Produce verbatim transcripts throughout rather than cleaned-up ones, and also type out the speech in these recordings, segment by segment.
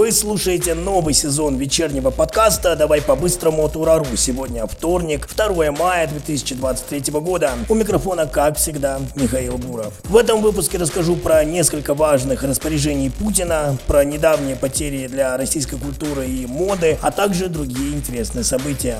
Вы слушаете новый сезон вечернего подкаста «Давай по-быстрому» от Ура.ру. Сегодня вторник, второе мая две тысячи двадцать третьего года. У микрофона, как всегда, Михаил Буров. В этом выпуске расскажу про несколько важных распоряжений Путина, про недавние потери для российской культуры и моды, а также другие интересные события.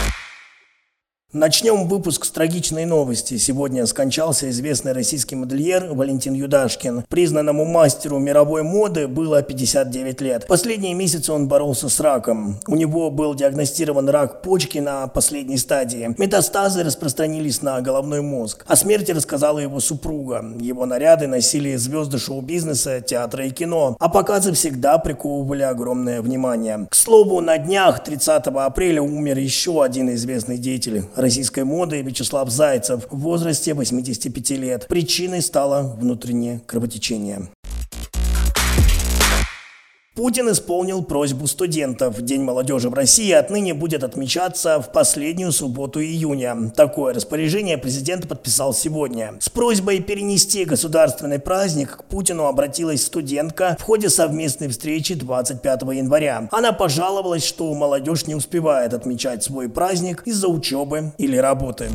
Начнем выпуск с трагичной новости. Сегодня скончался известный российский модельер Валентин Юдашкин. Признанному мастеру мировой моды было пятьдесят девять лет. Последние месяцы он боролся с раком. У него был диагностирован рак почки на последней стадии. Метастазы распространились на головной мозг. О смерти рассказала его супруга. Его наряды носили звезды шоу-бизнеса, театра и кино. А показы всегда приковывали огромное внимание. К слову, на днях тридцатого апреля умер еще один известный деятель российской моды Вячеслав Зайцев в возрасте восьмидесяти пяти лет. Причиной стало внутреннее кровотечение. Путин исполнил просьбу студентов. День молодежи в России отныне будет отмечаться в последнюю субботу июня. Такое распоряжение президент подписал сегодня. С просьбой перенести государственный праздник к Путину обратилась студентка в ходе совместной встречи двадцать пятого января. Она пожаловалась, что молодежь не успевает отмечать свой праздник из-за учебы или работы.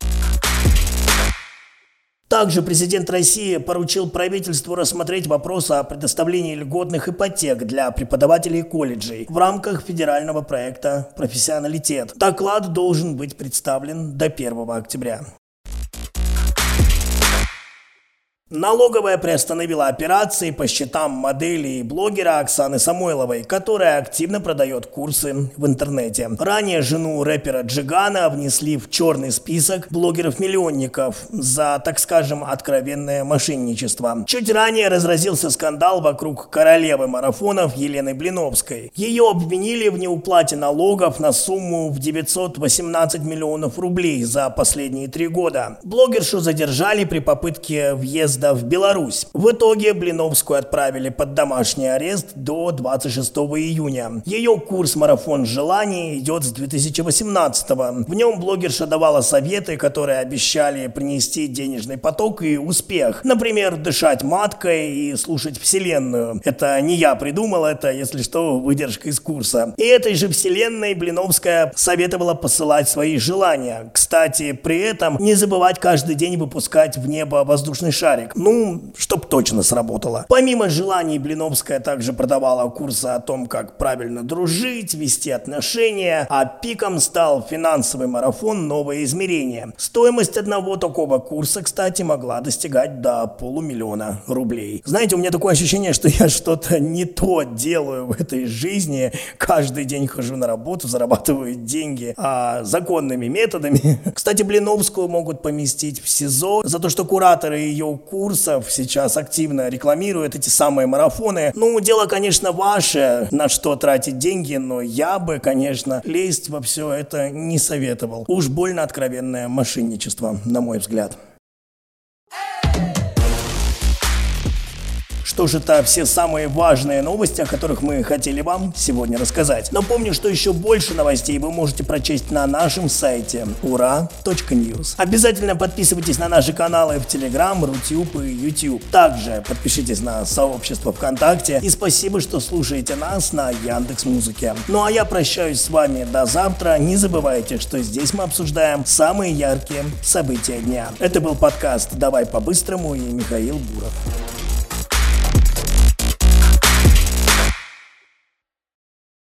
Также президент России поручил правительству рассмотреть вопрос о предоставлении льготных ипотек для преподавателей колледжей в рамках федерального проекта «Профессионалитет». Доклад должен быть представлен до первого октября. Налоговая приостановила операции по счетам модели и блогера Оксаны Самойловой, которая активно продает курсы в интернете. Ранее жену рэпера Джигана внесли в черный список блогеров-миллионников за, так скажем, откровенное мошенничество. Чуть ранее разразился скандал вокруг королевы марафонов Елены Блиновской. Ее обвинили в неуплате налогов на сумму в девятьсот восемнадцать миллионов рублей за последние три года. Блогершу задержали при попытке въезда в Беларусь. В итоге Блиновскую отправили под домашний арест до двадцать шестого июня. Ее курс «Марафон желаний» идет с две тысячи восемнадцатого. В нем блогерша давала советы, которые обещали принести денежный поток и успех. Например, дышать маткой и слушать Вселенную. Это не я придумал, это, если что, выдержка из курса. И этой же Вселенной Блиновская советовала посылать свои желания. Кстати, при этом не забывать каждый день выпускать в небо воздушный шарик. Ну, чтоб точно сработало. Помимо желаний, Блиновская также продавала курсы о том, как правильно дружить, вести отношения, а пиком стал финансовый марафон «Новое измерение». Стоимость одного такого курса, кстати, могла достигать до полумиллиона рублей. Знаете, у меня такое ощущение, что я что-то не то делаю в этой жизни. Каждый день хожу на работу, зарабатываю деньги а, законными методами. Кстати, Блиновскую могут поместить в СИЗО за то, что кураторы ее курсов сейчас активно рекламируют эти самые марафоны. Ну, дело, конечно, ваше, на что тратить деньги, но я бы, конечно, лезть во все это не советовал. Уж больно откровенное мошенничество, на мой взгляд. Что же это все самые важные новости, о которых мы хотели вам сегодня рассказать. Напомню, что еще больше новостей вы можете прочесть на нашем сайте ура точка ньюс. Обязательно подписывайтесь на наши каналы в Telegram, Рутюб и YouTube. Также подпишитесь на сообщество ВКонтакте. И спасибо, что слушаете нас на Яндекс.Музыке. Ну а я прощаюсь с вами до завтра. Не забывайте, что здесь мы обсуждаем самые яркие события дня. Это был подкаст «Давай по-быстрому» и Михаил Буров.